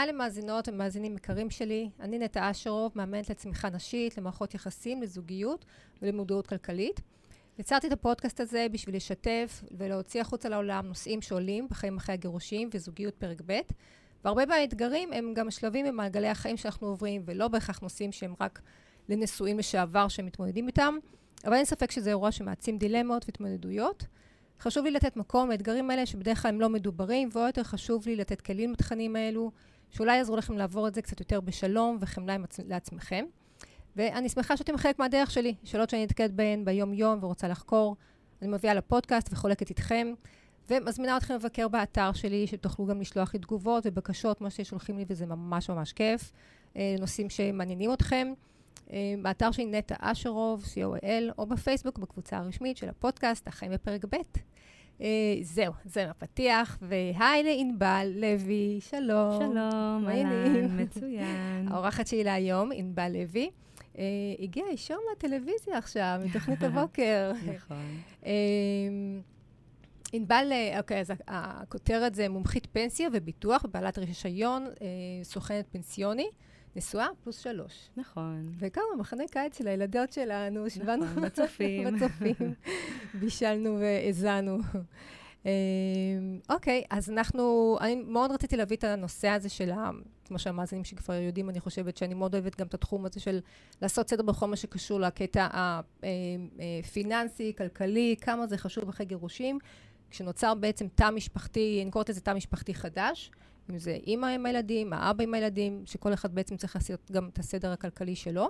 היי למאזינות ומאזינים יקרים שלי, אני נטע אשרוב, מאמנת לצמיחה נשית, למערכות יחסים, לזוגיות ולמודעות כלכלית. יצרתי את הפודקאסט הזה בשביל לשתף ולהוציא החוצה לעולם נושאים שעולים בחיים אחרי הגירושים וזוגיות פרק ב', והרבה מהאתגרים הם גם שלבים במעגלי החיים שאנחנו עוברים, ולא בהכרח נושאים שהם רק לנשואים לשעבר שהם מתמודדים איתם, אבל אין ספק שזה אירוע שמעצים דילמות והתמודדויות. חשוב לי לתת מקום לאתגרים האלה שבדרך כלל הם לא מדוברים, ועוד יותר חשוב לי לתת כלים לתכנים האלו, שאולי יעזרו לכם לעבור את זה קצת יותר בשלום וחמלה לעצמכם. ואני שמחה שאתם חלק מהדרך שלי, שאלות שאני נתקלת בהן ביום יום ורוצה לחקור. אני מביאה לפודקאסט וחולקת איתכם, ומזמינה אתכם לבקר באתר שלי, שתוכלו גם לשלוח לי תגובות ובקשות, מה ששולחים לי, וזה ממש ממש כיף. נושאים שמעניינים אתכם. באתר שלי נטע אשרוב, COL, או בפייסבוק, בקבוצה הרשמית של הפודקאסט, החיים בפרק ב'. זהו, זה הפתיח, והי לענבל לוי, שלום. שלום, אהלן, מצוין. האורחת שלי להיום, ענבל לוי, הגיעה אישור מהטלוויזיה עכשיו, מתוכנית הבוקר. נכון. ענבל, אוקיי, אז הכותרת זה מומחית פנסיה וביטוח, בעלת רישיון, סוכנת פנסיוני, נשואה +3. נכון. וכמה מחנה קיץ של הילדות שלנו, שבאנו בצופים. בישלנו והזנו. אוקיי, אז אני מאוד רציתי להביא את הנושא הזה של, כמו שהמאזינים שכבר יודעים, אני חושבת שאני מאוד אוהבת גם את התחום הזה של לעשות סדר בכל מה שקשור לקטע הפיננסי, כלכלי, כמה זה חשוב אחרי גירושים, כשנוצר בעצם תא משפחתי, אני קוראת לזה תא משפחתי חדש, אם זה אמא עם הילדים, האבא עם הילדים, שכל אחד בעצם צריך לעשות גם את הסדר הכלכלי שלו.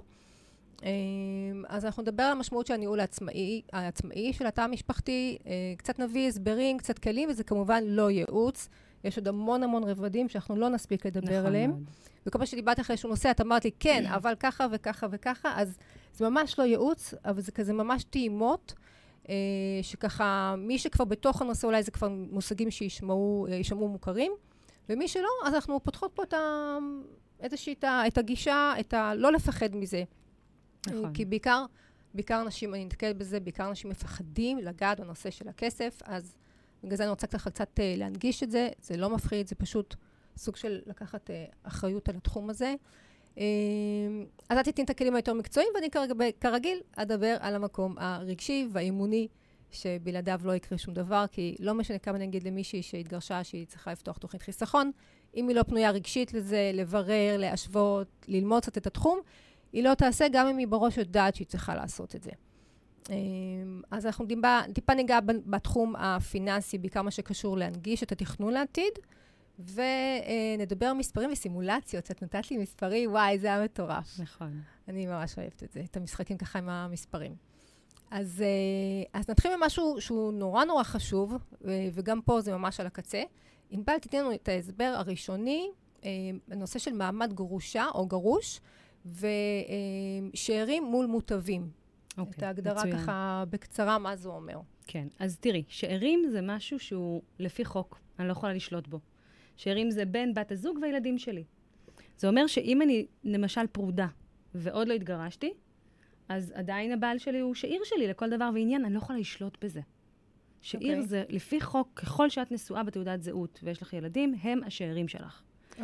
אז אנחנו נדבר על המשמעות של הניהול העצמאי של התא המשפחתי, קצת נביא הסברים, קצת כלים, וזה כמובן לא ייעוץ. יש עוד המון רבדים שאנחנו לא נספיק לדבר עליהם. וכל פעם שדיברתי אחרי שהוא נושא, את אמרת לי, כן, אבל ככה וככה וככה, אז זה ממש לא ייעוץ, אבל זה כזה ממש טעימות, שככה, מי שכבר בתוך הנושא, אולי זה כבר מושגים שישמעו מוכרים, ומי שלא, אז אנחנו פותחות פה את הגישה, לא לפחד מזה. נכון. כי בעיקר אנשים, אני נתקלת בזה, בעיקר אנשים מפחדים לגעת בנושא של הכסף, אז בגלל זה אני רוצה קצת להנגיש את זה, זה לא מפחיד, זה פשוט סוג של לקחת אחריות על התחום הזה. אז את תתן את הכלים היותר מקצועיים, ואני כרגיל אדבר על המקום הרגשי והאימוני, שבלעדיו לא יקרה שום דבר, כי לא משנה כמה נגיד למישהי שהתגרשה, שהיא צריכה לפתוח תוכנית חיסכון, אם היא לא פנויה רגשית לזה, לברר, להשוות, ללמוד קצת את התחום, היא לא תעשה גם אם היא בראש יודעת שהיא צריכה לעשות את זה. אז אנחנו טיפה ניגע בתחום הפיננסי, בעיקר מה שקשור להנגיש את התכנון לעתיד, ונדבר מספרים וסימולציות. את נתת לי מספרים, וואי, זה היה מטורף. נכון. אני ממש אוהבת את זה, את המשחקים ככה עם המספרים. אז נתחיל ממשהו שהוא נורא חשוב, וגם פה זה ממש על הקצה. ענבל, תיתן לנו את ההסבר הראשוני, הנושא של מעמד גרושה או גרוש, ושארים מול מוטבים. את ההגדרה ככה בקצרה, מה זה אומר. כן, אז תראי, שארים זה משהו שהוא לפי חוק, אני לא יכולה לשלוט בו. שארים זה בן, בת הזוג והילדים שלי. זה אומר שאם אני למשל פרודה ועוד לא התגרשתי, אז עדיין הבעל שלי הוא שאיר שלי לכל דבר ועניין, אני לא יכולה לשלוט בזה. שאיר זה לפי חוק, ככל שאת נשואה בתעודת זהות ויש לך ילדים, הם השארים שלך.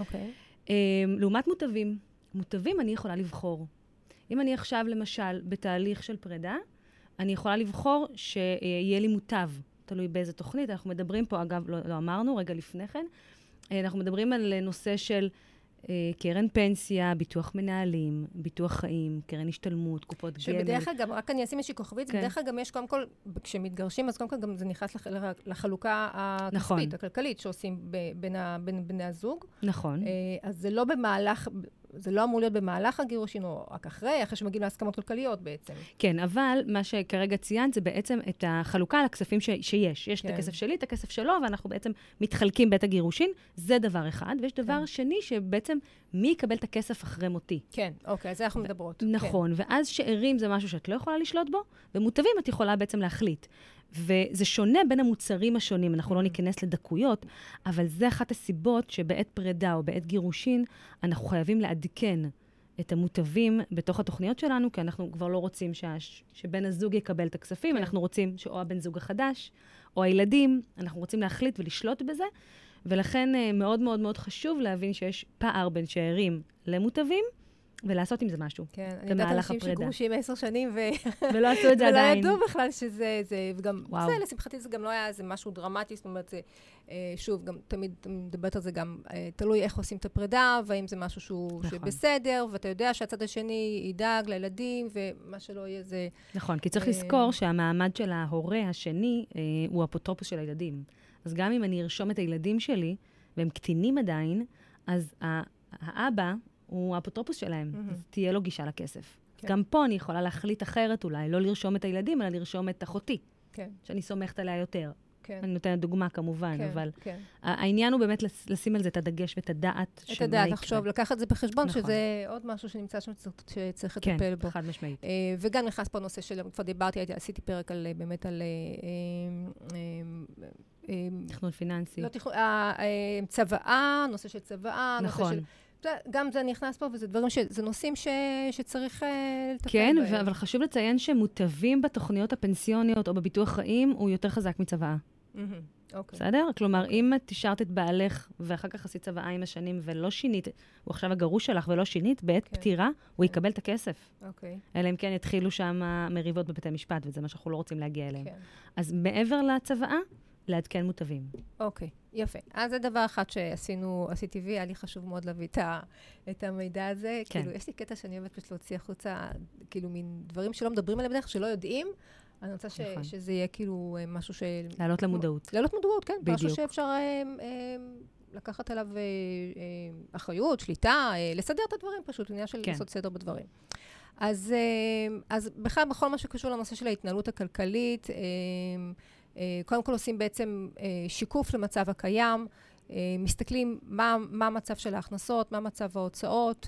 לעומת מוטבים אני יכולה לבחור. אם אני עכשיו למשל בתהליך של פרידה, אני יכולה לבחור שיהיה לי מוטב, תלוי באיזה תוכנית. אנחנו מדברים פה, אגב, לא אמרנו, רגע לפני כן, אנחנו מדברים על נושא של קרן פנסיה, ביטוח מנהלים, ביטוח חיים, קרן השתלמות, קופות גמל. שבדרך כלל גם, רק אני אשים איזושהי כוכבית, בדרך כלל גם יש קודם כל, כשמתגרשים, אז קודם כל גם זה נכנס לחלוקה הכספית, הכלכלית, שעושים בין בני הזוג. נכון. אז זה לא במהלך, זה לא אמור להיות במהלך הגירושין, או רק אחרי שמגיעים להסכמות כלכליות בעצם. כן, אבל מה שכרגע ציינת, זה בעצם את החלוקה על הכספים שיש. יש את הכסף שלי, את הכסף שלו, ואנחנו בעצם מתחלקים בית הגירושין. זה דבר אחד. ויש דבר שני, שבעצם מי יקבל את הכסף אחרי מותי. כן, אוקיי, אז אנחנו מדברות. נכון, ואז שארים זה משהו שאת לא יכולה לשלוט בו, ומוטבים את יכולה בעצם להחליט. וזה שונה בין המוצרים השונים, אנחנו לא ניכנס לדקויות, אבל זה אחת הסיבות שבעת פרידה או בעת גירושין, אנחנו חייבים לעדכן את המוטבים בתוך התוכניות שלנו, כי אנחנו כבר לא רוצים שבן הזוג יקבל את הכספים, אנחנו רוצים שאו הבן זוג החדש, או הילדים, אנחנו רוצים להחליט ולשלוט בזה, ולכן מאוד מאוד מאוד חשוב להבין שיש פער בין שאירים למוטבים, ולעשות עם זה משהו. כן, אני יודעת אנשים שגרושים 10 שנים ולא עשו את זה עדיין. ולא ידעו בכלל שזה, וגם זה, לשמחתי זה גם לא היה איזה משהו דרמטי, זאת אומרת, שוב, גם תמיד מדברת על זה גם, תלוי איך עושים את הפרידה, והאם זה משהו שהוא בסדר, ואתה יודע שהצד השני ידאג לילדים, ומה שלא יהיה זה... נכון, כי צריך לזכור שהמעמד של ההורה השני הוא אפוטרופוס של הילדים. אז גם אם אני ארשום את הילדים שלי, והם קטינים עדיין, אז האבא הוא האפוטרופוס שלהם, אז תהיה לו גישה לכסף. אז גם פה אני יכולה להחליט אחרת אולי, לא לרשום את הילדים, אלא לרשום את אחותי, שאני סומכת עליה יותר. אני נותנת דוגמה כמובן, אבל העניין הוא באמת לשים על זה את הדגש ואת הדעת. את הדעת, לחשוב, לקחת את זה בחשבון, שזה עוד משהו שנמצא שם שצריך לטפל בו. כן, חד משמעית. וגם נכנס פה נושא של, כבר דיברתי, עשיתי פרק באמת על... תכנון פיננסי. לא תכנון, צוואה, נושא של צוואה, נכון. גם זה נכנס פה, וזה דברים זה נושאים שצריך לטפל כן, בהם. אבל חשוב לציין שמוטבים בתוכניות הפנסיוניות או בביטוח חיים, הוא יותר חזק מצוואה. בסדר? כלומר, אם את תשארת את בעלך, ואחר כך עשית צוואה עם השנים ולא שינית, הוא עכשיו הגרוש שלך ולא שינית, בעת פטירה, הוא יקבל את הכסף. אלא אם כן יתחילו שם מריבות בבתי משפט, וזה מה שאנחנו לא רוצים להגיע אליהם. אז מעבר לצוואה, לעדכן מוטבים. אוקיי, יפה. אז זה דבר אחד עשיתי וי, היה לי חשוב מאוד להביא את המידע הזה. כן. כאילו, יש לי קטע שאני אוהבת פשוט להוציא החוצה, כאילו, מין דברים שלא מדברים עליהם בדרך, שלא יודעים. אני רוצה שזה יהיה כאילו משהו לעלות למודעות. לעלות מודעות, כן. בדיוק. משהו שאפשר לקחת עליו אחריות, שליטה, לסדר את הדברים פשוט, עניין של לעשות סדר בדברים. אז בכלל, בכל מה שקשור לנושא של ההתנהלות הכלכלית, קודם כל עושים בעצם שיקוף למצב הקיים, מסתכלים מה המצב של ההכנסות, מה מצב ההוצאות,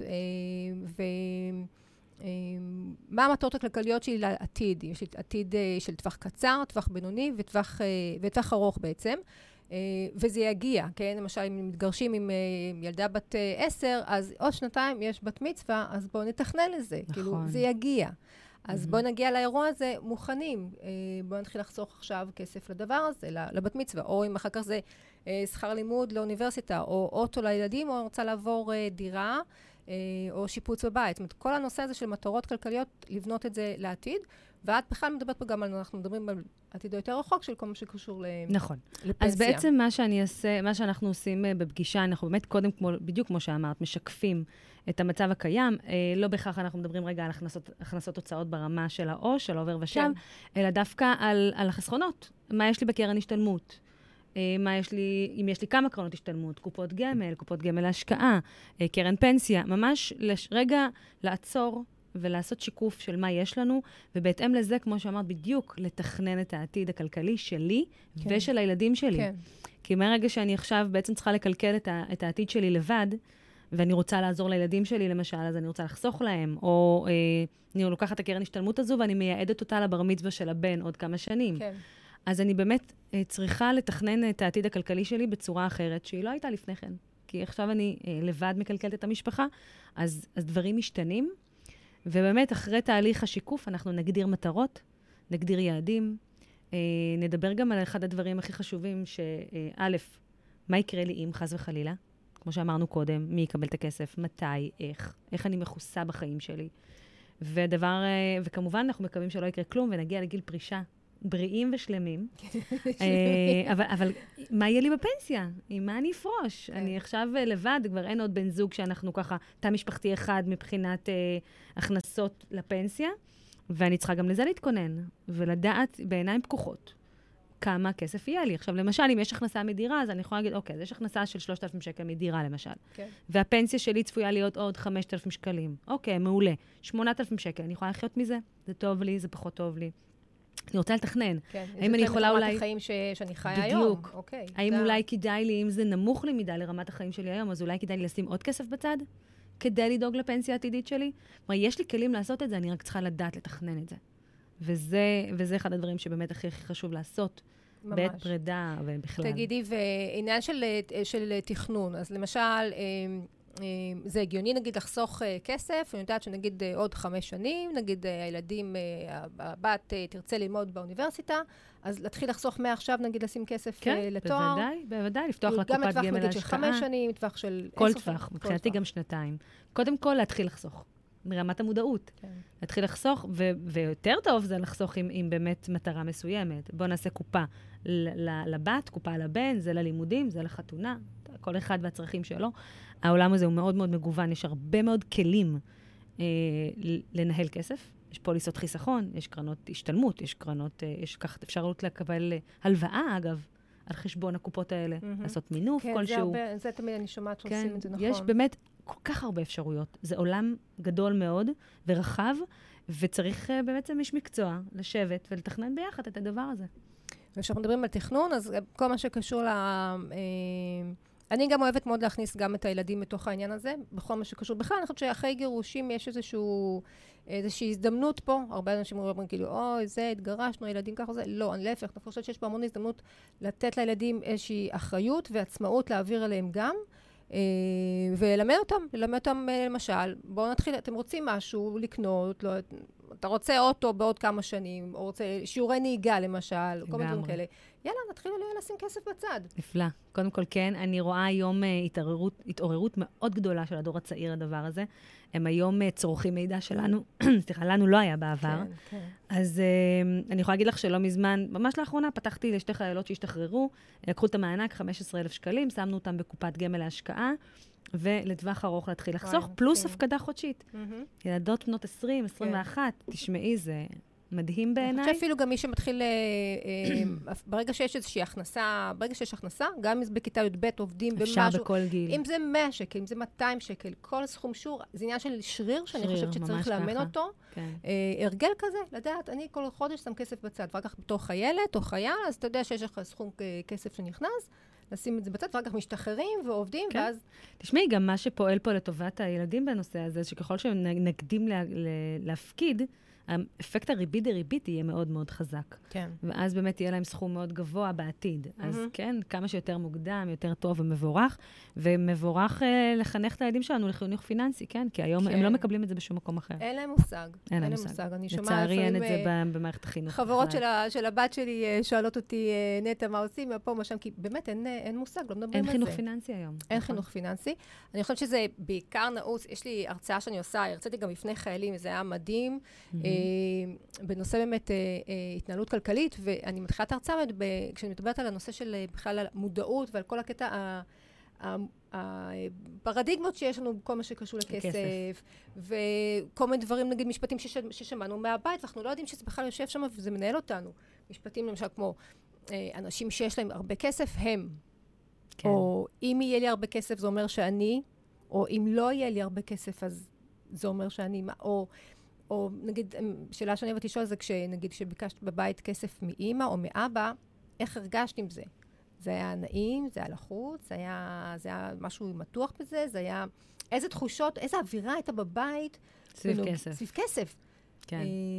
ומה המטרות הכלכליות שלי לעתיד. יש לי עתיד של טווח קצר, טווח בינוני וטווח ארוך בעצם, וזה יגיע, כן? למשל, אם מתגרשים עם ילדה בת 10, אז עוד 2 יש בת מצווה, אז בואו נתכנן לזה. נכון. כאילו, זה יגיע. אז בואו נגיע לאירוע הזה מוכנים. בואו נתחיל לחסוך עכשיו כסף לדבר הזה, לבת מצווה. או אם אחר כך זה שכר לימוד לאוניברסיטה, או אוטו לילדים, או רוצה לעבור דירה, או שיפוץ בבית. זאת אומרת, כל הנושא הזה של מטרות כלכליות, לבנות את זה לעתיד. ואת בכלל מדברת פה גם על, אנחנו מדברים על עתיד יותר רחוק של כל מה שקשור נכון. לפנסיה. אז בעצם מה שאנחנו עושים בפגישה, אנחנו באמת קודם, בדיוק כמו שאמרת, משקפים את המצב הקיים. לא בכך אנחנו מדברים רגע על הכנסות הוצאות ברמה של העו"ש, של העובר ושב, אלא דווקא על החסכונות. מה יש לי בקרן השתלמות? מה יש לי, אם יש לי כמה קרנות השתלמות, קופות גמל להשקעה, קרן פנסיה, ממש רגע לעצור ולעשות שיקוף של מה יש לנו, ובהתאם לזה, כמו שאמרת, בדיוק לתכנן את העתיד הכלכלי שלי ושל הילדים שלי. כן. כי מהרגע שאני עכשיו בעצם צריכה לקלקל את העתיד שלי לבד, ואני רוצה לעזור לילדים שלי, למשל, אז אני רוצה לחסוך להם, או אני לוקחת את הקרן השתלמות הזו, ואני מייעדת אותה לבר מצווה של הבן עוד כמה שנים. כן. אז אני באמת צריכה לתכנן את העתיד הכלכלי שלי בצורה אחרת, שהיא לא הייתה לפני כן. כי עכשיו אני לבד מקלקלת את המשפחה, אז דברים משתנים, ובאמת אחרי תהליך השיקוף אנחנו נגדיר מטרות, נגדיר יעדים, נדבר גם על אחד הדברים הכי חשובים, שא', מה יקרה לי אם חס וחלילה? כמו שאמרנו קודם, מי יקבל את הכסף, מתי, איך אני מכוסה בחיים שלי. וכמובן אנחנו מקווים שלא יקרה כלום, ונגיע לגיל פרישה בריאים ושלמים. אבל מה יהיה לי בפנסיה? עם מה אני אפרוש? אני עכשיו לבד, כבר אין עוד בן זוג שאנחנו ככה, תא משפחתי אחד מבחינת הכנסות לפנסיה, ואני צריכה גם לזה להתכונן, ולדעת בעיניים פקוחות. כמה כסף יהיה לי. עכשיו, למשל, אם יש הכנסה מדירה, אז אני יכולה להגיד, אוקיי, אז יש הכנסה של 3,000 שקל מדירה, למשל. כן. והפנסיה שלי צפויה להיות עוד 5,000 שקלים. אוקיי, מעולה. 8,000 שקל, אני יכולה לחיות מזה? זה טוב לי, זה פחות טוב לי. אני רוצה לתכנן. כן. האם אני יכולה אולי... לרמת החיים שאני חיה היום. בדיוק. אוקיי. האם אולי כדאי לי, אם זה נמוך לי מדי לרמת החיים שלי היום, אז אולי כדאי לי לשים עוד כסף בצד? כדי לדאוג לפנסיה העתידית שלי? כלומר, יש לי כלים לעשות את זה, אני רק צריכה לדעת לתכנן את זה. וזה אחד הדברים שבאמת הכי חשוב לעשות. בעת פרידה ובכלל. תגידי, ועניין של תכנון, אז למשל, זה הגיוני, נגיד, לחסוך כסף, אני יודעת שנגיד עוד 5 שנים, נגיד הילדים, הבת תרצה ללמוד באוניברסיטה, אז להתחיל לחסוך מעכשיו, נגיד, לשים כסף לתואר. כן, בוודאי, לפתוח לקופת גמל להשקעה. גם לטווח, נגיד, של 5 שנים, טווח של 10 כל שנים. טווח, מבחינתי גם 2. קודם כל, להתחיל לחסוך. מרמת המודעות. כן. להתחיל לחסוך, ויותר טוב זה לחסוך עם באמת מטרה מסוימת. בואו נעשה קופה לבת, קופה לבן, זה ללימודים, זה לחתונה, כל אחד והצרכים שלו. העולם הזה הוא מאוד מאוד מגוון, יש הרבה מאוד כלים לנהל כסף. יש פוליסות חיסכון, יש קרנות השתלמות, יש קרנות, יש ככה אפשרות לקבל הלוואה, אגב, על חשבון הקופות האלה, לעשות מינוף כלשהו. כן, זה תמיד אני שומעת שעושים את זה נכון. יש באמת כל כך הרבה אפשרויות. זה עולם גדול מאוד ורחב, וצריך באמת איש מקצוע לשבת ולתכנן ביחד את הדבר הזה. וכשאנחנו מדברים על תכנון, אז כל מה שקשור אני גם אוהבת מאוד להכניס גם את הילדים בתוך העניין הזה, בכל מה שקשור. בכלל, אני חושבת שאחרי גירושים יש איזושהי הזדמנות פה. הרבה אנשים אומרים כאילו, אוי, זה, התגרשנו, ילדים ככה זה. לא, אני להפך, אני חושבת שיש פה המון הזדמנות לתת לילדים איזושהי אחריות ועצמאות להעביר אליהם גם, וללמד אותם למשל, בואו נתחיל, אתם רוצים משהו לקנות, לא, אתה רוצה אוטו בעוד כמה שנים, או רוצה שיעורי נהיגה למשל, כל מיני דברים כאלה. יאללה, נתחיל לשים כסף בצד. נפלא. קודם כל כן, אני רואה היום התעוררות מאוד גדולה של הדור הצעיר הדבר הזה. הם היום צורכים מידע שלנו, סליחה, לנו לא היה בעבר. כן, כן. אז אני יכולה להגיד לך שלא מזמן, ממש לאחרונה פתחתי לשתי חיילות שהשתחררו, לקחו את המענק 15,000 שקלים, שמנו אותם בקופת גמל להשקעה, ולטווח ארוך להתחיל לחסוך, פלוס הפקדה חודשית. ילדות בנות 20, 21, תשמעי, זה מדהים בעיניי. אני חושבת שאפילו גם מי שמתחיל, ברגע שיש איזושהי הכנסה, גם אם זה בכיתה י"ב עובדים במשהו, אפשר בכל גיל. אם זה 100 שקל, אם זה 200 שקל, כל סכום שור, זה עניין של שריר, שאני חושבת שצריך לאמן אותו. הרגל כזה, לדעת, אני כל חודש שם כסף בצד, ואחר כך בתור חיילת או חייל, אז אתה יודע שיש לך סכום כסף שנכנס, לשים את זה בצד, ואחר כך משתחררים ועובדים, כן. ואז... תשמעי, גם מה שפועל פה לטובת הילדים בנושא הזה, שככל שנקדים להפקיד, האפקט הריבית דריבית יהיה מאוד מאוד חזק. כן. ואז באמת יהיה להם סכום מאוד גבוה בעתיד. אז כן, כמה שיותר מוקדם, יותר טוב ומבורך, ומבורך לחנך את הילדים שלנו לחינוך פיננסי, כן? כי היום הם לא מקבלים את זה בשום מקום אחר. אין להם מושג. אין להם מושג. לצערי אין את זה במערכת החינוך. חברות של הבת שלי שואלות אותי, נטע, מה עושים? מה פה, מה שם? כי באמת אין מושג, לא מדברים על זה. אין חינוך פיננסי היום. אין חינוך פיננסי. אני חושבת שזה בעיקר נעוץ, יש לי הרצאה שאני עושה, הרציתי גם לפני חיילים, זה היה מדהים. בנושא באמת התנהלות כלכלית, ואני מתחילה את ההרצאה כשאני מדברת על הנושא של בכלל המודעות ועל כל הקטע, הפרדיגמות שיש לנו בכל מה שקשור לכסף, וכל מיני דברים, נגיד משפטים ששמענו מהבית, ואנחנו לא יודעים שזה בכלל יושב שם וזה מנהל אותנו. משפטים למשל כמו אנשים שיש להם הרבה כסף, הם. כן. או אם יהיה לי הרבה כסף זה אומר שאני, או אם לא יהיה לי הרבה כסף אז זה אומר שאני, או נגיד, שאלה שאני אוהבת לשאול זה נגיד שביקשת בבית כסף מאמא או מאבא, איך הרגשת עם זה? זה היה נעים, זה היה לחוץ, זה היה משהו מתוח בזה, זה היה איזה תחושות, איזה אווירה הייתה בבית. סביב כסף. סביב כסף. כן.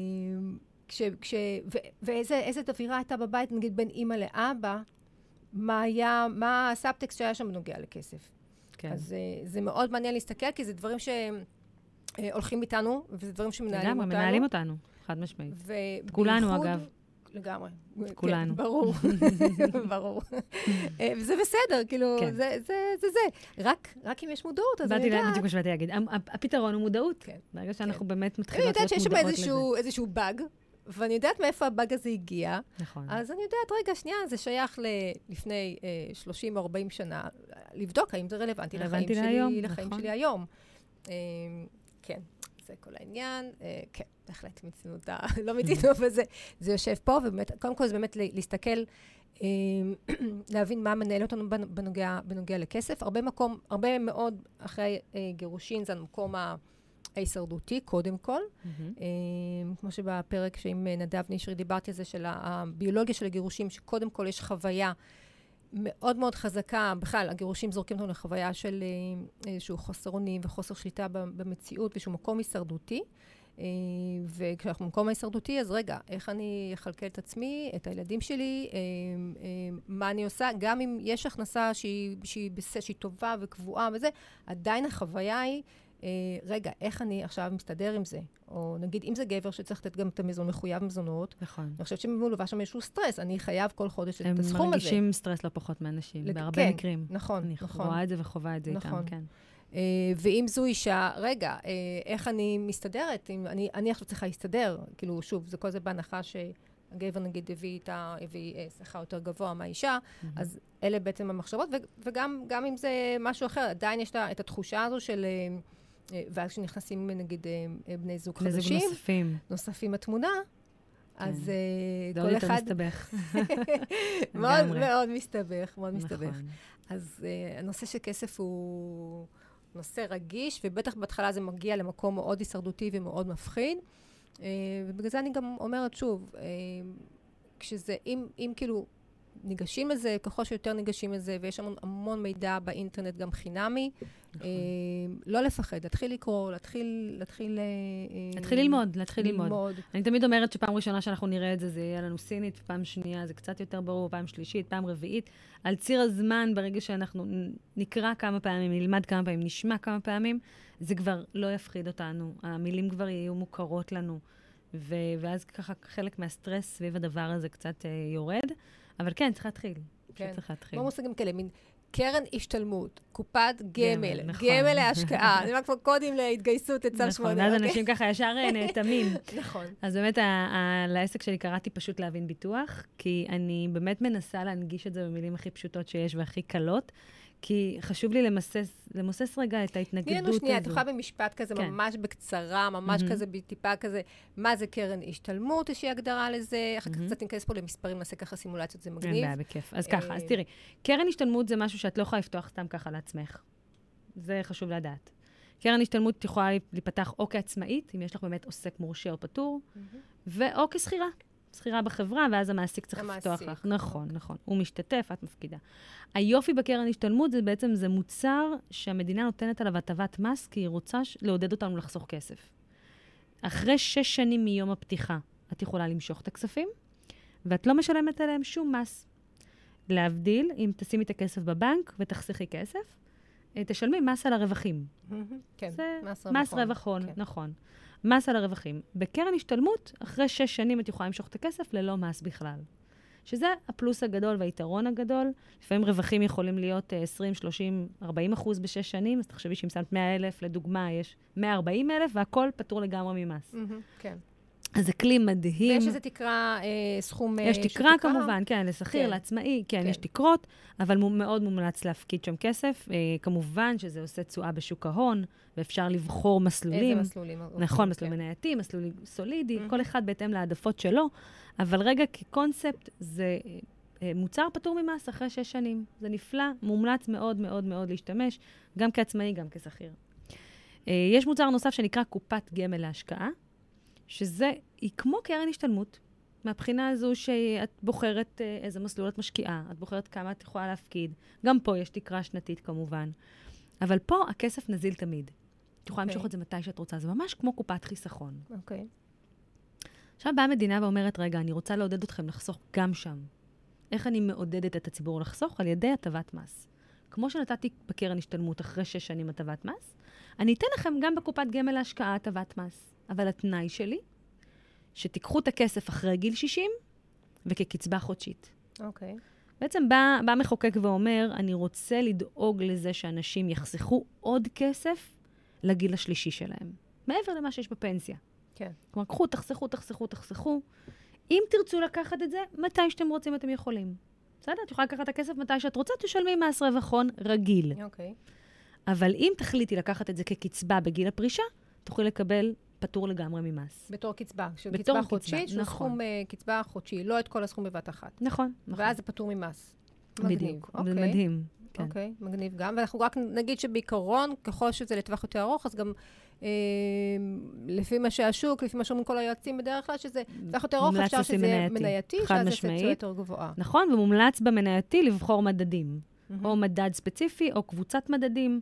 ואיזה אווירה הייתה בבית, נגיד בין אמא לאבא, מה הסאבטקסט שהיה שם בנוגע לכסף. כן. אז זה מאוד מעניין להסתכל, כי זה דברים הולכים איתנו, וזה דברים שמנהלים אותנו. לגמרי, מנהלים אותנו, חד משמעית. כולנו, אגב. לגמרי. כולנו. כן, ברור. ברור. וזה בסדר, כאילו, זה. רק אם יש מודעות, אז אני יודעת. באתי בדיוק מה שבאתי להגיד. הפתרון הוא מודעות. כן. ברגע שאנחנו באמת מתחילות להיות מודעות לזה. אני יודעת שיש שם איזשהו באג, ואני יודעת מאיפה הבאג הזה הגיע. נכון. אז אני יודעת, רגע, שנייה, זה שייך לפני 30 או 40 שנה, לבדוק האם זה רלוונטי לחיים שלי היום. כן, זה כל העניין. כן, בהחלט מיצינו אותה, לא מיצינו, אבל זה יושב פה, ובאמת, קודם כל זה באמת להסתכל, להבין מה מנהל אותנו בנוגע לכסף. הרבה מאוד אחרי גירושין, זה המקום ההישרדותי, קודם כל. כמו שבפרק שעם נדב נשרי דיברתי על זה, של הביולוגיה של הגירושים, שקודם כל יש חוויה מאוד מאוד חזקה, בכלל, הגירושים זורקים אותנו לחוויה של איזשהו חוסר אונים וחוסר שליטה במציאות, ואיזשהו מקום הישרדותי. וכשאנחנו במקום ההישרדותי, אז רגע, איך אני אכלכל את עצמי, את הילדים שלי, מה אני עושה, גם אם יש הכנסה שהיא טובה וקבועה וזה, עדיין החוויה היא, רגע, איך אני עכשיו מסתדר עם זה? או נגיד, אם זה גבר שצריך לתת גם את המזון מחויב מזונות, נכון. אני חושבת שמלווה שם איזשהו סטרס, אני חייב כל חודש את הסכום הזה. הם מרגישים סטרס לא פחות מאנשים, בהרבה מקרים. נכון, אני רואה את זה וחווה את זה איתם, כן. ואם זו אישה, רגע, איך אני מסתדרת? אני עכשיו צריכה להסתדר, כאילו, שוב, זה כל זה בהנחה שהגבר, נגיד, הביא שכר יותר גבוה מהאישה, אז אלה בעצם המחשבות, וגם אם זה משהו אחר, עדיין יש את התחושה הזו של, ואז כשנכנסים, נגיד, בני זוג חדשים, נוספים התמונה, אז כל אחד... זה עוד יותר מסתבך. מאוד מסתבך, מאוד מסתבך. אז הנושא של כסף הוא נושא רגיש, ובטח בהתחלה זה מגיע למקום מאוד הישרדותי ומאוד מפחיד. ובגלל זה אני גם אומרת שוב, כשזה, אם כאילו ניגשים לזה, ככל שיותר ניגשים לזה, ויש המון מידע באינטרנט גם חינמי, לא לפחד, להתחיל לקרוא, להתחיל ללמוד. אני תמיד אומרת שפעם ראשונה שאנחנו נראה את זה, זה יהיה לנו סינית, פעם שנייה זה קצת יותר ברור, פעם שלישית, פעם רביעית. על ציר הזמן, ברגע שאנחנו נקרא כמה פעמים, נלמד כמה פעמים, נשמע כמה פעמים, זה כבר לא יפחיד אותנו. המילים כבר יהיו מוכרות לנו. ואז ככה חלק מהסטרס סביב הדבר הזה קצת יורד. אבל כן, צריך להתחיל. כן. מה מושגים כאלה? מין קרן השתלמות, קופת גמל, גמל להשקעה. זה כבר קודים להתגייסות אצל 8. נכון, אז אנשים ככה ישר נאטמים. נכון. אז באמת, לעסק שלי קראתי פשוט להבין ביטוח, כי אני באמת מנסה להנגיש את זה במילים הכי פשוטות שיש והכי קלות, כי חשוב לי למוסס רגע את ההתנגדות הזו. שנייה, את יכולה במשפט כזה, ממש בקצרה, ממש כזה, טיפה כזה, מה זה קרן השתלמות, איזושהי הגדרה לזה, אחר כך קצת נכנס פה למספרים, נעשה ככה סימולציות, זה מגניב. אין בעיה, בכיף. אז ככה, אז תראי, קרן השתלמות זה משהו שאת לא יכולה לפתוח סתם ככה לעצמך. זה חשוב לדעת. קרן השתלמות יכולה להיפתח או כעצמאית, אם יש לך באמת עוסק מורשה או פטור, ואו כסחירה. שכירה בחברה, ואז המעסיק צריך לפתוח לך. נכון. הוא משתתף, את מפקידה. היופי בקרן השתלמות זה בעצם, זה מוצר שהמדינה נותנת עליו הטבת מס, כי היא רוצה לעודד אותנו לחסוך כסף. אחרי 6 שנים מיום הפתיחה, את יכולה למשוך את הכספים, ואת לא משלמת עליהם שום מס. להבדיל, אם תשימי את הכסף בבנק ותחסכי כסף, תשלמי מס על הרווחים. כן, מס רווח הון, נכון. מס על הרווחים. בקרן השתלמות, אחרי 6 שנים את יכולה למשוך את הכסף ללא מס בכלל. שזה הפלוס הגדול והיתרון הגדול. לפעמים רווחים יכולים להיות 20, 30, 40% ב6 שנים, אז תחשבי שאם שמת 100,000, לדוגמה, יש 140,000, והכל פטור לגמרי ממס. כן. אז זה כלי מדהים. ויש איזה תקרה, סכום... יש תקרה כמובן, כן, לשכיר, לעצמאי, כן, יש תקרות, אבל מאוד מומלץ להפקיד שם כסף. כמובן שזה עושה תשואה בשוק ההון, ואפשר לבחור מסלולים. איזה מסלולים? נכון, מסלול מנייתי, מסלול סולידי, כל אחד בהתאם להעדפות שלו, אבל רגע, כקונספט, זה מוצר פטור ממס אחרי 6 שנים. זה נפלא, מומלץ מאוד מאוד מאוד להשתמש, גם כעצמאי, גם כשכיר. יש מוצר נוסף שנקרא קופת גמל להשקעה, שזה, היא כמו קרן השתלמות, מהבחינה הזו שאת בוחרת איזה מסלול את משקיעה, את בוחרת כמה את יכולה להפקיד. גם פה יש תקרה שנתית כמובן. אבל פה הכסף נזיל תמיד. את יכולה למשוך את זה מתי שאת רוצה. זה ממש כמו קופת חיסכון. אוקיי. עכשיו באה המדינה ואומרת, רגע, אני רוצה לעודד אתכם לחסוך גם שם. איך אני מעודדת את הציבור לחסוך? על ידי הטבת מס. כמו שנתתי בקרן השתלמות אחרי 6 שנים הטבת מס, אני אתן לכם גם בקופת גמל להשקעה הטבת מס. אבל התנאי שלי, שתיקחו את הכסף אחרי גיל 60, וכקצבה חודשית. אוקיי. בעצם בא מחוקק ואומר, אני רוצה לדאוג לזה שאנשים יחסכו עוד כסף לגיל השלישי שלהם. מעבר למה שיש בפנסיה. כן. כלומר, קחו, תחסכו. אם תרצו לקחת את זה, מתי שאתם רוצים אתם יכולים. בסדר? את יכולה לקחת את הכסף מתי שאת רוצה, תשלמי מס רווח הון רגיל. אוקיי. אבל אם תחליטי לקחת את זה כקצבה בגיל הפרישה, תוכלי לקבל פטור לגמרי ממס. בתור קצבה. בתור קצבה חודשית, שהוא נכון. סכום קצבה חודשי, לא את כל הסכום בבת אחת. נכון. ואז זה פטור ממס. בדיוק. זה מדהים. אוקיי, מגניב גם. ואנחנו רק נגיד שבעיקרון, ככל שזה לטווח יותר ארוך, אז גם לפי מה שהשוק, לפי מה שאומרים כל היועצים בדרך כלל, שזה לטווח יותר ארוך, אפשר שזה יהיה מנייתי, שאז זה תשואה יותר גבוהה. נכון, ומומלץ במנייתי לבחור מדדים. או מדד ספציפי, או קבוצת מדדים.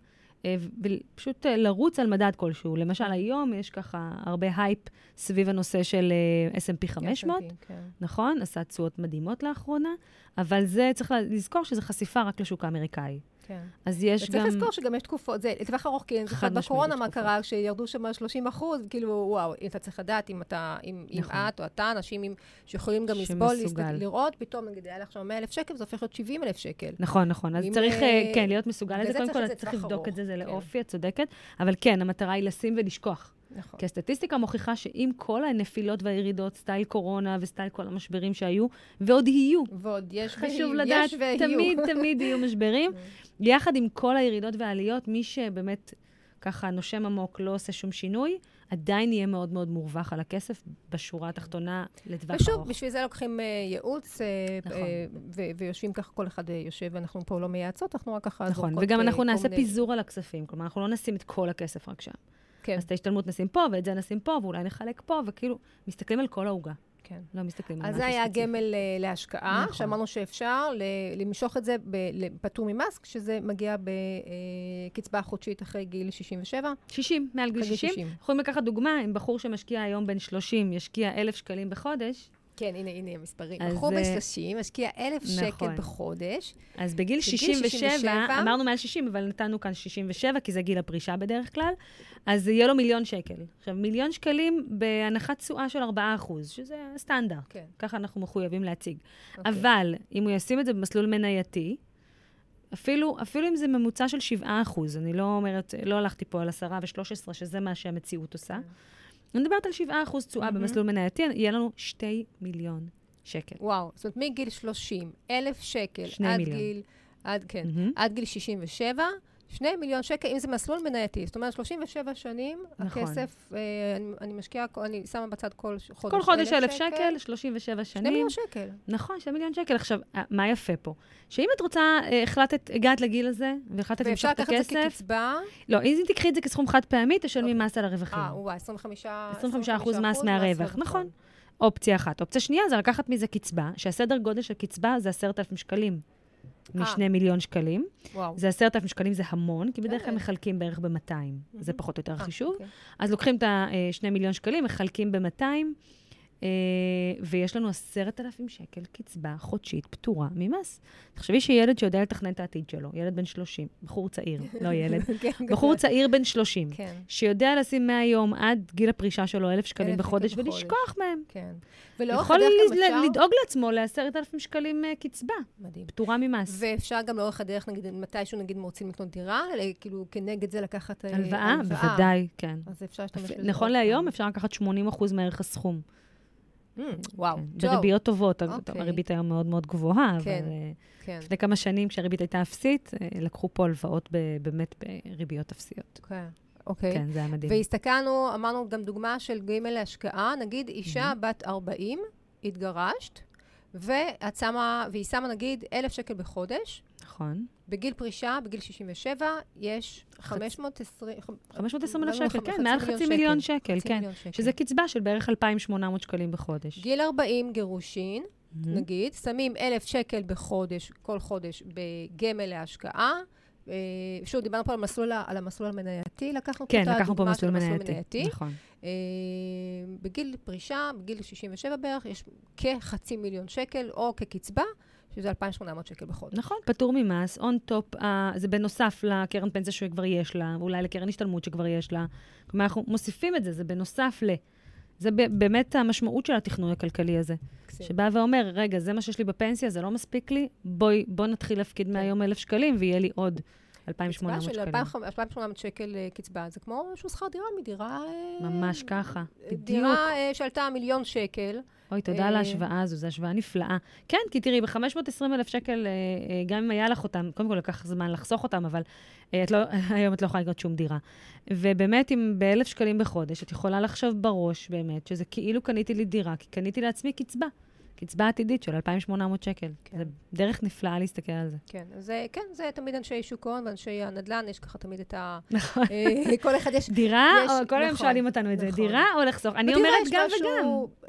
ופשוט לרוץ על מדד כלשהו. למשל, היום יש ככה הרבה הייפ סביב הנושא של S&P 500, נכון? עשה תשואות מדהימות לאחרונה, אבל זה צריך לזכור שזה חשיפה רק לשוק האמריקאי. כן. אז יש גם... וצריך לזכור שגם יש תקופות, זה לטווח ארוך, כי בקורונה מה קרה, כשירדו שם 30%, כאילו, וואו, אתה צריך לדעת אם את או אתה, אנשים שיכולים גם לסבול, לראות, פתאום, נגיד, היה לך שם 100,000 שקל, זה הופך להיות 70,000 שקל. נכון, נכון. אז צריך, כן, להיות מסוגל לזה. קודם כל, צריך לבדוק את זה, זה לאופי, את צודקת. אבל כן, המטרה היא לשים ולשכוח. נכון. כי הסטטיסטיקה מוכיחה שאם כל הנפילות והירידות, סטייל קורונה וסטייל כל המשברים שהיו, ועוד יהיו. ועוד יש חשוב לדעת, תמיד יהיו משברים. יחד עם כל הירידות והעליות, מי שבאמת ככה נושם עמוק, לא עושה שום שינוי, עדיין יהיה מאוד מאוד מורווח על הכסף בשורה התחתונה לטווח ארוך. ושוב, בשביל זה לוקחים ייעוץ, ויושבים ככה, כל אחד יושב, ואנחנו פה לא מייעצות, אנחנו רק ככה... נכון, וגם אנחנו נעשה פיזור על הכספים, כלומר, אנחנו לא נשים את כל הכסף רק שם. כן. אז את ההשתלמות נשים פה, ואת זה נשים פה, ואולי נחלק פה, וכאילו, מסתכלים על כל העוגה. כן. לא מסתכלים על אז משהו זה היה ספציפי. גמל להשקעה, נכון. שאמרנו שאפשר למשוך את זה פטור ממס, כשזה מגיע בקצבה חודשית אחרי גיל 67. 60, מעל גיל 60. יכולים לקחת דוגמה, אם בחור שמשקיע היום בין 30, ישקיע 1,000 שקלים בחודש. כן, הנה המספרים. בחור ב-30, משקיע 1,000 שקל בחודש. אז בגיל 67, אמרנו מעל 60, אבל נתנו כאן 67, כי זה גיל הפרישה בדרך כלל, אז יהיה לו 1,000,000 שקל. עכשיו, 1,000,000 שקלים בהנחת תשואה של 4%, שזה סטנדרט. כן. ככה אנחנו מחויבים להציג. אבל, אם הוא ישים את זה במסלול מנייתי, אפילו אם זה ממוצע של 7%, אני לא אומרת, לא הלכתי פה על 10 ו-13, שזה מה שהמציאות עושה. אני מדברת על 7% תשואה במסלול מנייתי, יהיה לנו 2,000,000 שקל. וואו, זאת אומרת, מגיל 30, 1,000 שקל, עד גיל 67, 2,000,000 שקל, אם זה מסלול מנייתי. זאת אומרת, 37 שנים, הכסף, אני משקיעה, אני שמה בצד כל חודש 1,000 שקל. כל חודש 1,000 שקל, 37 שנים. 2,000,000 שקל. נכון, 2,000,000 שקל. עכשיו, מה יפה פה? שאם את רוצה, הגעת לגיל הזה, והחלטת למשוך את הכסף... ואפשר לקחת את זה כקצבה? לא, אם תקחי את זה כסכום חד פעמי, תשלמי מס על הרווחים. 25% מס מהרווח, נכון. אופציה אחת. אופציה שנייה זה לקחת מזה קצבה, שהסדר גודל של קצבה זה 10,000 שקלים. מ2,000,000 שקלים. זה 10,000 שקלים, זה המון, כי בדרך כלל מחלקים בערך ב-200. זה פחות או יותר חישוב. אז לוקחים את ה2,000,000 שקלים, מחלקים ב-200, ויש לנו 10,000 שקל קצבה חודשית פטורה ממס. תחשבי שילד שיודע לתכנן את העתיד שלו, ילד בן 30, בחור צעיר, לא ילד, בחור צעיר בן 30, שיודע לשים מהיום עד גיל הפרישה שלו 1,000 שקלים בחודש, ולשכוח מהם. יכול לדאוג לעצמו ל10,000 שקלים קצבה, פטורה ממס. ואפשר גם לאורך הדרך, נגיד, מתישהו נגיד רוצים לקנות דירה, כאילו כנגד זה לקחת הלוואה, בוודאי, כן. אז אפשר להשתמש בזה. נכון להיום, אפשר לקחת 80% מערך הסכום. וואו. בריביות טובות, הריבית היום מאוד מאוד גבוהה, אבל לפני כמה שנים כשהריבית הייתה אפסית, לקחו פה הלוואות באמת בריביות אפסיות. אוקיי. כן, זה היה מדהים. והסתכלנו, אמרנו גם דוגמה של גמל להשקעה, נגיד אישה בת 40, התגרשת, והיא שמה נגיד 1,000 שקל בחודש. נכון. בגיל פרישה, בגיל 67, יש 520,000 שקל, כן, מעל 500,000 שקל, כן. שזה קצבה של בערך 2,800 שקלים בחודש. גיל 40 גירושין, נגיד, שמים 1,000 שקל בחודש, כל חודש, בגמל להשקעה. שוב, דיברנו פה על המסלול המנייתי, לקחנו פה מסלול מנייתי, נכון. בגיל פרישה, בגיל 67 בערך, יש כ500,000 שקל, או כקצבה, שזה 2,800 שקל בחודש. נכון, פטור ממס, on top, זה בנוסף לקרן פנסיה שכבר יש לה, אולי לקרן השתלמות שכבר יש לה. כלומר, אנחנו מוסיפים את זה, זה בנוסף זה באמת המשמעות של התכנון הכלכלי הזה. שבא ואומר, רגע, זה מה שיש לי בפנסיה, זה לא מספיק לי, בוא נתחיל להפקיד מהיום 1,000 שקלים, ויהיה לי עוד 2,800 שקלים. קצבה של 2,800 שקל קצבה, זה כמו שהוא שכר דירה מדירה... ממש ככה, בדיוק. דירה שעלתה 1,000,000 שקל. אוי, תודה על ההשוואה הזו, זו השוואה נפלאה. כן, כי תראי, ב-520,000 שקל, גם אם היה לך אותם, קודם כל לקח זמן לחסוך אותם, אבל היום את לא יכולה לקנות שום דירה. ובאמת, אם ב1,000 שקלים בחודש, את יכולה לחשוב בראש, באמת, שזה כאילו קניתי לי דירה, כי קניתי לעצמי קצבה. קצבה עתידית של 2,800 שקל. זה דרך נפלאה להסתכל על זה. כן, זה תמיד אנשי שוק ההון ואנשי הנדל"ן, יש ככה תמיד את ה... כל אחד יש... דירה, או כל היום שואלים אותנו את זה, דירה או לחסוך? אני אומרת גם וגם.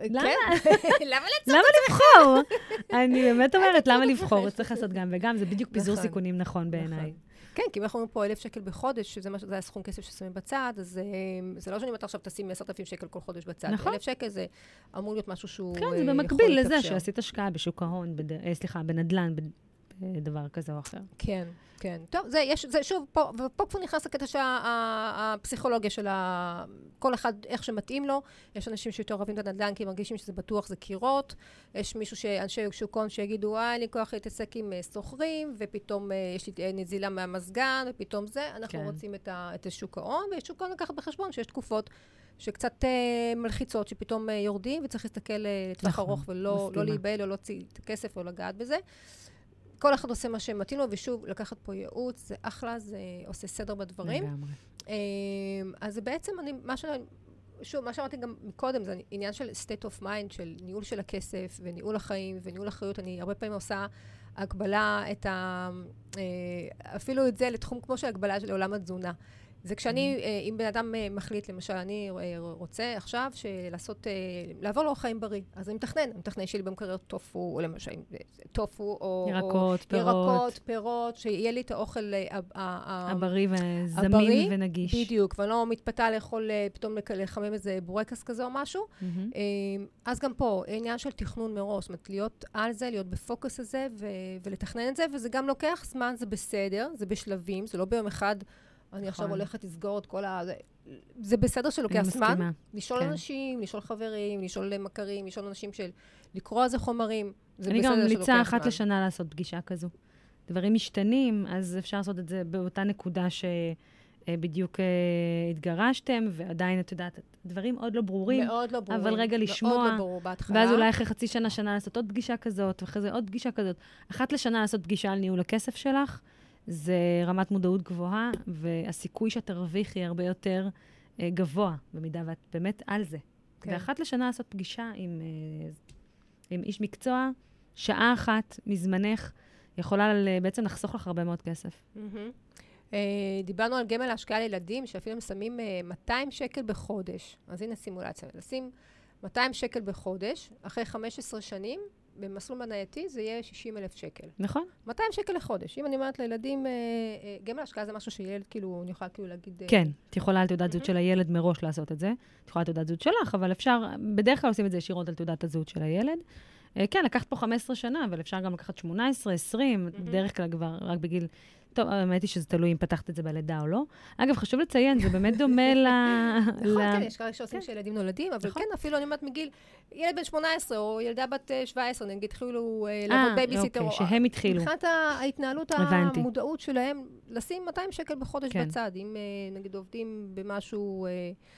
למה לבחור? אני באמת אומרת, למה לבחור? צריך לעשות גם וגם, זה בדיוק פיזור סיכונים נכון בעיניי. כן, כי אנחנו אומרים פה 1,000 שקל בחודש, שזה הסכום כסף ששמים בצד, אז זה לא שאני אומרת עכשיו תשים 10,000 שקל כל חודש בצד. נכון. 1,000 שקל זה אמור להיות משהו שהוא כן, זה במקביל לזה שעשית השקעה בשוק ההון, בנדל"ן, בדבר כזה או אחר. כן, כן. טוב, זה שוב, פה כבר נכנס לקטע שהפסיכולוגיה של כל אחד, איך שמתאים לו. יש אנשים שיותר אוהבים את הנדל"ן, כי מרגישים שזה בטוח, זה קירות. יש אנשי שוק ההון שיגידו, אין לי כוח להתעסק עם סוחרים, ופתאום יש לי נזילה מהמזגן, ופתאום זה. אנחנו רוצים את שוק ההון, ויש שוק ההון לקחת בחשבון שיש תקופות שקצת מלחיצות, שפתאום יורדים, וצריך להסתכל לטווח ארוך, ולא להיבהל, או להוציא את הכסף, או לגעת בזה. כל אחד עושה מה שמתאים לו, ושוב, לקחת פה ייעוץ, זה אחלה, זה עושה סדר בדברים. לגמרי. אז זה בעצם, מה שאמרתי גם מקודם, זה עניין של state of mind, של ניהול של הכסף, וניהול החיים, וניהול החיות. אני הרבה פעמים עושה הגבלה, אפילו את זה לתחום כמו של הגבלה של עולם התזונה. זה כשאני, אם בן אדם מחליט, למשל, אני רוצה עכשיו לעבור לו חיים בריא. אז אני מתכנן שלי במקרר טופו, או למשל, טופו, או ירקות, פירות, שיהיה לי את האוכל הבריא וזמין ונגיש. בדיוק, ואני לא מתפתה לאכול, פתאום לחמם איזה בורקס כזה או משהו. אז גם פה, עניין של תכנון מראש, זאת אומרת, להיות על זה, להיות בפוקוס הזה, ולתכנן את זה, וזה גם לוקח זמן, זה בסדר, זה בשלבים, זה לא ביום אחד, אני עכשיו הולכת לסגור את כל זה בסדר שלוקח זמן. לשאול אנשים, לשאול חברים, לשאול מכרים, לשאול אנשים לקרוא על זה חומרים. אני גם ממליצה אחת לשנה לעשות פגישה כזו. דברים משתנים, אז אפשר לעשות את זה באותה נקודה שבדיוק התגרשתם, ועדיין, את יודעת, דברים עוד לא ברורים. מאוד לא ברורים. אבל רגע לשמוע. מאוד לא ברור בהתחלה. ואז אולי אחרי חצי שנה לעשות עוד פגישה כזאת, ואחרי זה עוד פגישה כזאת. אחת לשנה לעשות פגישה על ניהול הכסף שלך, זה רמת מודעות גבוהה, והסיכוי שתרוויחי הרבה יותר גבוה, במידה ואת באמת על זה. כן. ואחת לשנה לעשות פגישה עם איש מקצוע, שעה אחת מזמנך, יכולה בעצם לחסוך לך הרבה מאוד כסף. דיברנו על גמל להשקעה לילדים, שאפילו שמים 200 שקל בחודש. אז הנה סימולציה. לשים 200 שקל בחודש, אחרי 15 שנים, במסלול מנייתי זה יהיה 60,000 שקל. נכון. 200 שקל לחודש. אם אני אומרת לילדים, גמל השקעה זה משהו שילד, כאילו, אני יכולה כאילו להגיד... כן, את יכולה על תעודת זהות של הילד מראש לעשות את זה. את יכולה על תעודת זהות שלך, אבל אפשר, בדרך כלל עושים את זה ישירות על תעודת הזהות של הילד. כן, לקחת פה 15 שנה, אבל אפשר גם לקחת 18, 20, בדרך כלל כבר רק בגיל... טוב, האמת היא שזה תלוי אם פתחת את זה בלידה או לא. אגב, חשוב לציין, זה באמת דומה נכון, כן, יש כאלה שעושים שילדים נולדים, אבל כן, אפילו אני אומרת מגיל, ילד בן 18 או ילדה בת 17, נגיד, התחילו לעבוד בייביסיטר. אוקיי, שהם התחילו. מבחינת ההתנהלות, המודעות שלהם, לשים 200 שקל בחודש בצד, אם נגיד עובדים במשהו...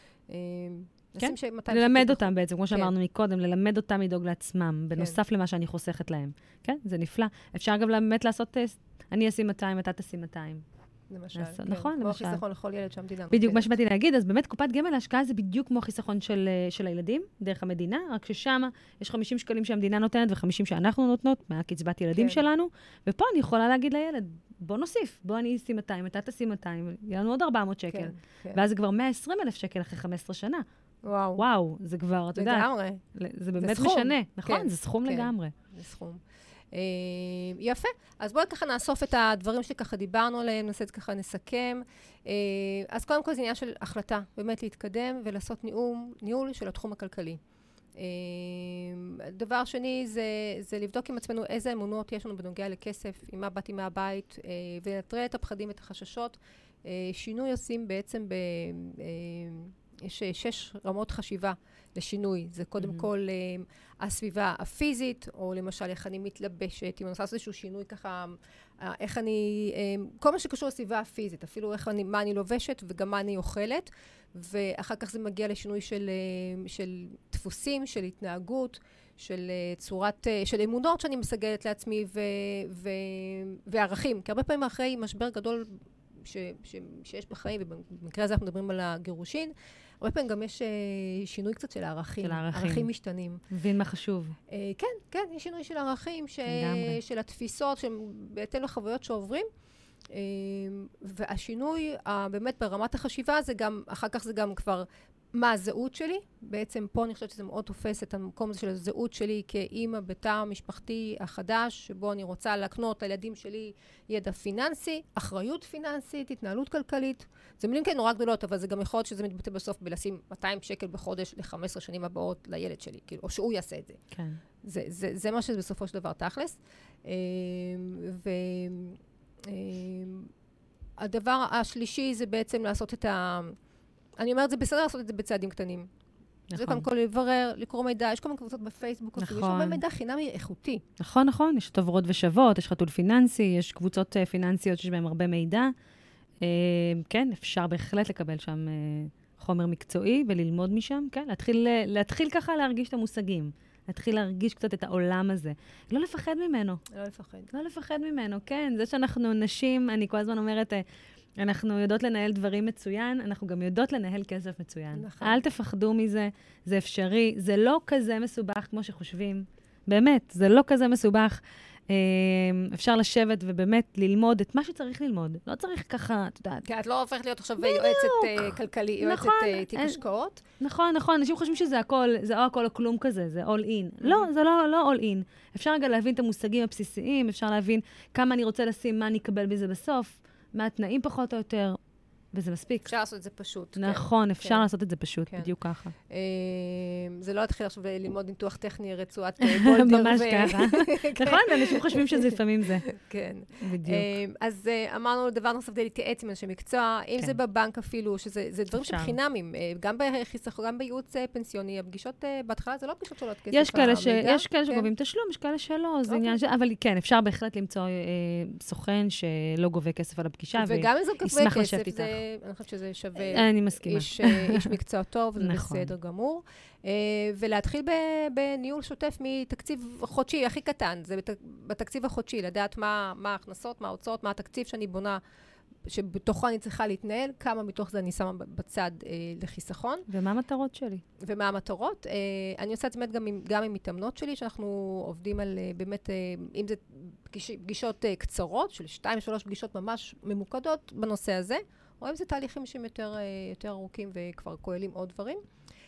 כן, ללמד אותם בעצם, כמו שאמרנו מקודם, ללמד אותם לדאוג לעצמם, בנוסף למה שאני חוסכת להם. כן, זה נפלא. אפשר גם באמת לעשות טסט. אני אשים 200, אתה תשים 200. למשל, כן. נכון, כמו חיסכון לכל ילד שהמדינה. בדיוק, מה שבאתי להגיד, אז באמת קופת גמל להשקעה זה בדיוק כמו חיסכון של הילדים, דרך המדינה, רק ששם יש 50 שקלים שהמדינה נותנת ו50 שאנחנו נותנות, מהקצבת ילדים שלנו, ופה אני יכולה להגיד לילד, בוא נוסיף, בוא אני אשים 200, אתה תשים 200, יהיה לנו עוד 400 שקל. ואז זה כבר 120,000 שקל אחרי 15 שנה. וואו, זה כבר, אתה יודע, זה באמת משנה, נכון? זה סכום לגמרי. זה סכום. יפה. אז בואי ככה נאסוף את הדברים שככה דיברנו עליהם, נעשה את ככה נסכם. אז קודם כל זה עניין של החלטה, באמת להתקדם ולעשות ניהול של התחום הכלכלי. דבר שני זה לבדוק עם עצמנו איזה אמונות יש לנו בנוגע לכסף, עם מה באתי מהבית, ולנטרל את הפחדים ואת החששות. שינוי עושים בעצם יש 6 רמות חשיבה לשינוי. זה קודם כל הסביבה הפיזית, או למשל איך אני מתלבשת, אם אני עושה איזשהו שינוי ככה, איך אני, כל מה שקשור לסביבה הפיזית, אפילו מה אני לובשת וגם מה אני אוכלת, ואחר כך זה מגיע לשינוי של דפוסים, של התנהגות, של צורת, של אמונות שאני מסגלת לעצמי וערכים. כי הרבה פעמים אחרי משבר גדול שיש בחיים, ובמקרה הזה אנחנו מדברים על הגירושין, הרבה פעמים גם יש שינוי קצת של הערכים. ערכים משתנים. מבין מה חשוב. כן, יש שינוי של הערכים, של התפיסות, בהתאם לחוויות שעוברים. והשינוי באמת ברמת החשיבה, אחר כך זה גם כבר מה הזהות שלי? בעצם פה אני חושבת שזה מאוד תופס את המקום הזה של הזהות שלי כאימא בתא המשפחתי החדש, שבו אני רוצה להקנות לילדים שלי ידע פיננסי, אחריות פיננסית, התנהלות כלכלית. זה מילים כן נורא גדולות, אבל זה גם יכול להיות שזה מתבטא בסוף בלשים 200 שקל בחודש ל-15 שנים הבאות לילד שלי, כאילו, או שהוא יעשה את זה. כן. זה מה שזה בסופו של דבר תכלס. הדבר השלישי זה בעצם לעשות את אני אומרת, זה בסדר לעשות את זה בצעדים קטנים. נכון. זה קודם כל לברר, לקרוא מידע, יש כל מיני קבוצות בפייסבוק, נכון. יש הרבה מידע חינמי איכותי. נכון, נכון, יש תוברות ושוות, יש חתול פיננסי, יש קבוצות פיננסיות שיש בהן הרבה מידע. כן, אפשר בהחלט לקבל שם חומר מקצועי וללמוד משם, כן, להתחיל ככה להרגיש את המושגים, להתחיל להרגיש קצת את העולם הזה. לא לפחד ממנו. לא לפחד ממנו, כן. זה שאנחנו נשים, אני כל הזמן אומרת, אנחנו יודעות לנהל דברים מצוין, אנחנו גם יודעות לנהל כסף מצוין. נכון. אל תפחדו מזה, זה אפשרי, זה לא כזה מסובך כמו שחושבים. באמת, זה לא כזה מסובך. אפשר לשבת ובאמת ללמוד את מה שצריך ללמוד. לא צריך ככה, את יודעת. כי את לא הופכת להיות עכשיו יועצת כלכלית, יועצת תיק השקעות. נכון, נכון. אנשים חושבים שזה הכל, זה או הכל או כלום כזה, זה all in. לא, זה לא all in. אפשר רגע להבין את המושגים הבסיסיים, אפשר להבין כמה אני רוצה לשים, מה אני אקבל בזה בסוף, מה התנאים פחות או יותר, וזה מספיק. אפשר לעשות את זה פשוט. נכון, אפשר לעשות את זה פשוט, בדיוק ככה. זה לא התחיל עכשיו ללמוד ניתוח טכני, רצועת בולדר. ממש ככה. נכון, אנשים חושבים שזה לפעמים זה. כן. בדיוק. אז אמרנו דבר נוסף, כדי להתייעץ עם אנשי מקצוע, אם זה בבנק אפילו, שזה דברים שבחינמים, גם בחיסכון, גם בייעוץ פנסיוני, הפגישות בהתחלה זה לא פגישות שעולות כסף. יש כאלה שגובים תשלום, יש כאלה שלא, זה עניין אבל כן, אפשר בהחלט למצוא סוכן שלא גובה כסף על הפגישה, וישמח לשבת איתך. אני חושבת שזה שווה. אני מסכימה. איש מקצוע טוב, זה בסדר גמור. ולהתחיל בניהול שוטף מתקציב חודשי הכי קטן, זה בתקציב החודשי, לדעת מה ההכנסות, מה ההוצאות, מה התקציב שאני בונה, שבתוכו אני צריכה להתנהל, כמה מתוך זה אני שמה בצד לחיסכון. ומה המטרות שלי? ומה המטרות? אני עושה את זה גם עם מתאמנות שלי, שאנחנו עובדים על באמת, אם זה פגישות קצרות, של 2-3 פגישות ממש ממוקדות בנושא הזה, או אם זה תהליכים שהם יותר ארוכים וכבר כוללים עוד דברים.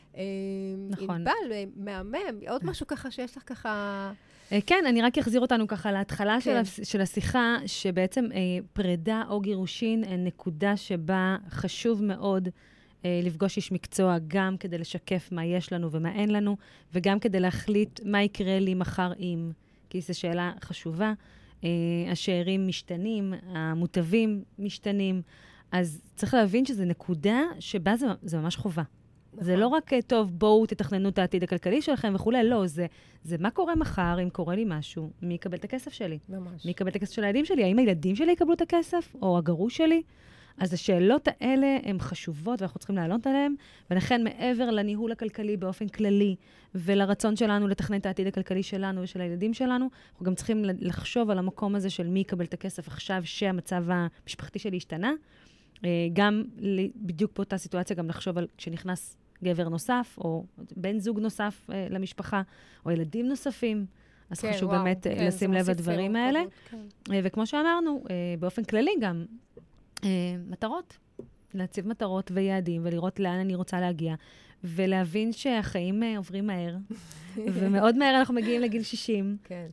נכון. ענבל, מהמם, עוד משהו ככה שיש לך ככה... כן, אני רק אחזיר אותנו ככה להתחלה של השיחה, שבעצם פרידה או גירושין הן נקודה שבה חשוב מאוד לפגוש איש מקצוע, גם כדי לשקף מה יש לנו ומה אין לנו, וגם כדי להחליט מה יקרה לי מחר אם, כי זו שאלה חשובה. השאירים משתנים, המוטבים משתנים, אז צריך להבין שזו נקודה שבה זה ממש חובה. נכון. זה לא רק, טוב, בואו תתכננו את העתיד הכלכלי שלכם וכולי, לא, זה מה קורה מחר אם קורה לי משהו, מי יקבל את הכסף שלי? ממש. מי יקבל את הכסף של הילדים שלי? האם הילדים שלי יקבלו את הכסף? או הגרוש שלי? אז השאלות האלה הן חשובות ואנחנו צריכים לענות עליהן, ולכן מעבר לניהול הכלכלי באופן כללי, ולרצון שלנו לתכנן את העתיד הכלכלי שלנו ושל הילדים שלנו, אנחנו גם צריכים לחשוב על המקום הזה של מי יקבל את הכסף עכשיו שהמצב המשפחתי שלי השתנה. גם בדיוק באותה סיטואציה, גם לחשוב על כשנכנס גבר נוסף, או בן זוג נוסף למשפחה, או ילדים נוספים. אז כן, חשוב באמת לשים לב לדברים האלה. וכמו שאמרנו, באופן כללי גם, מטרות. להציב מטרות ויעדים, ולראות לאן אני רוצה להגיע, ולהבין שהחיים עוברים מהר, ומאוד מהר אנחנו מגיעים לגיל 60,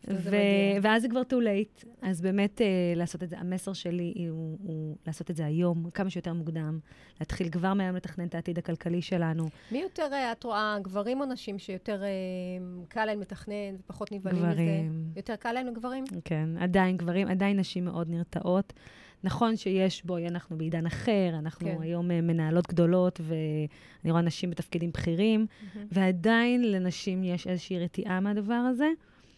ואז זה כבר too late. אז באמת לעשות את זה, המסר שלי הוא לעשות את זה היום, כמה שיותר מוקדם, להתחיל כבר מהיום לתכנן את העתיד הכלכלי שלנו. מי יותר, את רואה, גברים או נשים שיותר קל להם לתכנן, ופחות נבלים מזה? יותר קל להם לגברים? כן, עדיין גברים, עדיין נשים מאוד נרתעות. נכון שיש, בואי, אנחנו בעידן אחר, אנחנו היום מנהלות גדולות, ואני רואה נשים בתפקידים בכירים, ועדיין לנשים יש איזושהי רתיעה מהדבר הזה.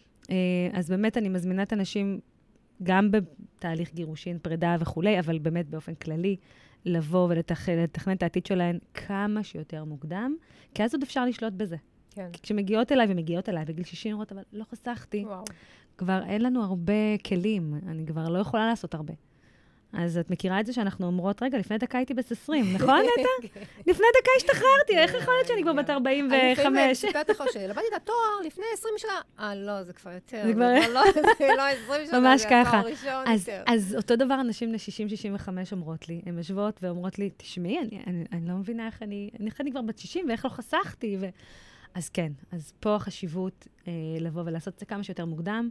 אז באמת אני מזמינה את הנשים, גם בתהליך גירושין, פרידה וכולי, אבל באמת באופן כללי, לבוא ולתכנן את העתיד שלהן כמה שיותר מוקדם, כי אז עוד אפשר לשלוט בזה. כן. כי כשמגיעות אליי בגיל 60, רואות, אבל לא חסכתי. וואו. כבר אין לנו הרבה כלים, אני כבר לא יכולה לעשות הרבה. אז את מכירה את זה שאנחנו אומרות, רגע, לפני דקה הייתי בת 20, נכון, נטע? לפני דקה השתחררתי, איך יכול להיות שאני כבר בת 45? אני לפעמים סיפרת לך שלמדתי את התואר לפני 20 שנה. לא, זה כבר יותר. זה כבר... לא 20 שנה, ממש זה ככה. התואר ראשון יותר. אז אותו דבר אנשים ל-60-65 אומרות לי, הן יושבות ואומרות לי, תשמעי, אני לא מבינה איך אני כבר בת 60 ואיך לא חסכתי. אז כן, אז פה החשיבות לבוא ולעשות את זה כמה שיותר מוקדם.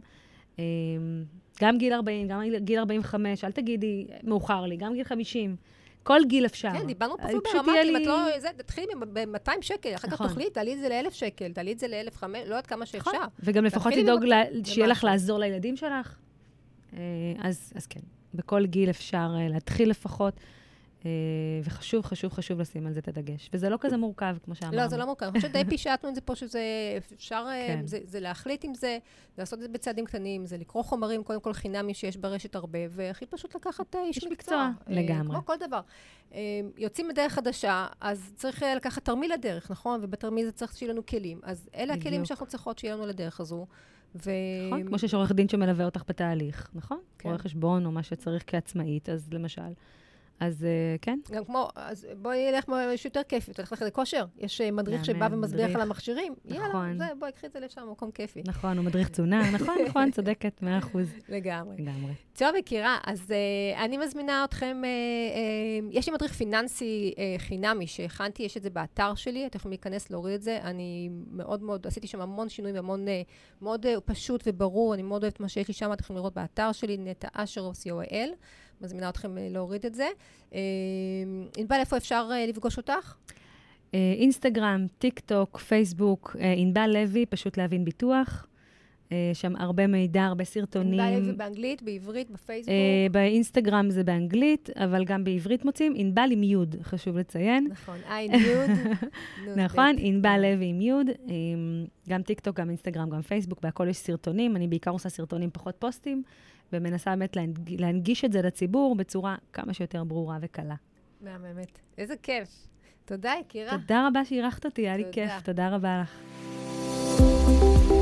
גם גיל 40, גם גיל 45, אל תגידי מאוחר לי, גם גיל 50. כל גיל אפשר. כן, דיברנו פה אפילו ברמת, אם את לא... תתחילי ב-200 שקל, אחר כך תוכלי, תעלי את זה ל-1,000 שקל, תעלי את זה ל-1,500, לא יודעת כמה שאפשר. וגם לפחות לדאוג שיהיה לך לעזור לילדים שלך. אז כן, בכל גיל אפשר להתחיל לפחות. וחשוב, חשוב, חשוב לשים על זה את הדגש. וזה לא כזה מורכב, כמו שאמרנו. לא, זה לא מורכב. אני חושבת די פישטנו את זה פה, שזה אפשר, זה להחליט עם זה, לעשות את זה בצעדים קטנים, זה לקרוא חומרים, קודם כל חינמי שיש ברשת הרבה, והכי פשוט לקחת איש מקצוע. לגמרי. כמו כל דבר. יוצאים בדרך חדשה, אז צריך לקחת תרמיל לדרך, נכון? ובתרמיל זה צריך שיהיה לנו כלים. אז אלה הכלים שאנחנו צריכות שיהיה לנו לדרך הזו. נכון, כמו שיש עורך דין שמלווה אותך בתהליך, נכון? עורך חשבון או מה שצריך כעצמאית, אז למשל. אז כן. גם כמו, אז בואי נלך משהו יותר כיפי, תלך לך לכושר. יש מדריך שבא ומסביר לך על המכשירים. נכון. יאללה, בואי, קחי את זה לשם, מקום כיפי. נכון, הוא מדריך תזונה, נכון, צודקת, 100%. לגמרי. טוב, יקירה, אז אני מזמינה אתכם, יש לי מדריך פיננסי חינמי שהכנתי, יש את זה באתר שלי, אתם יכולים להיכנס, להוריד את זה. אני מאוד מאוד, עשיתי שם המון שינויים, המון מאוד פשוט וברור, אני מאוד אוהבת מה שיש לי שם, אתם יכולים לראות באתר שלי, נטע אשרוב, co.il. מזמינה אתכם להוריד את זה. ענבל, איפה אפשר לפגוש אותך? אינסטגרם, טיק טוק, פייסבוק, ענבל לוי, פשוט להבין ביטוח. שם הרבה מידע, הרבה סרטונים. ענבל לוי באנגלית, בעברית, בפייסבוק. באינסטגרם זה באנגלית, אבל גם בעברית מוצאים. ענבל עם יוד, חשוב לציין. נכון, עם יוד. נכון, ענבל לוי עם יוד. גם טיק טוק, גם אינסטגרם, גם פייסבוק, בהכל יש סרטונים. אני בעיקר עושה סרטונים פחות פוסטים. ומנסה באמת להנגיש את זה לציבור בצורה כמה שיותר ברורה וקלה. באמת. איזה כיף. תודה, יקירה. תודה רבה שאירחת אותי, היה לי כיף. תודה רבה לך.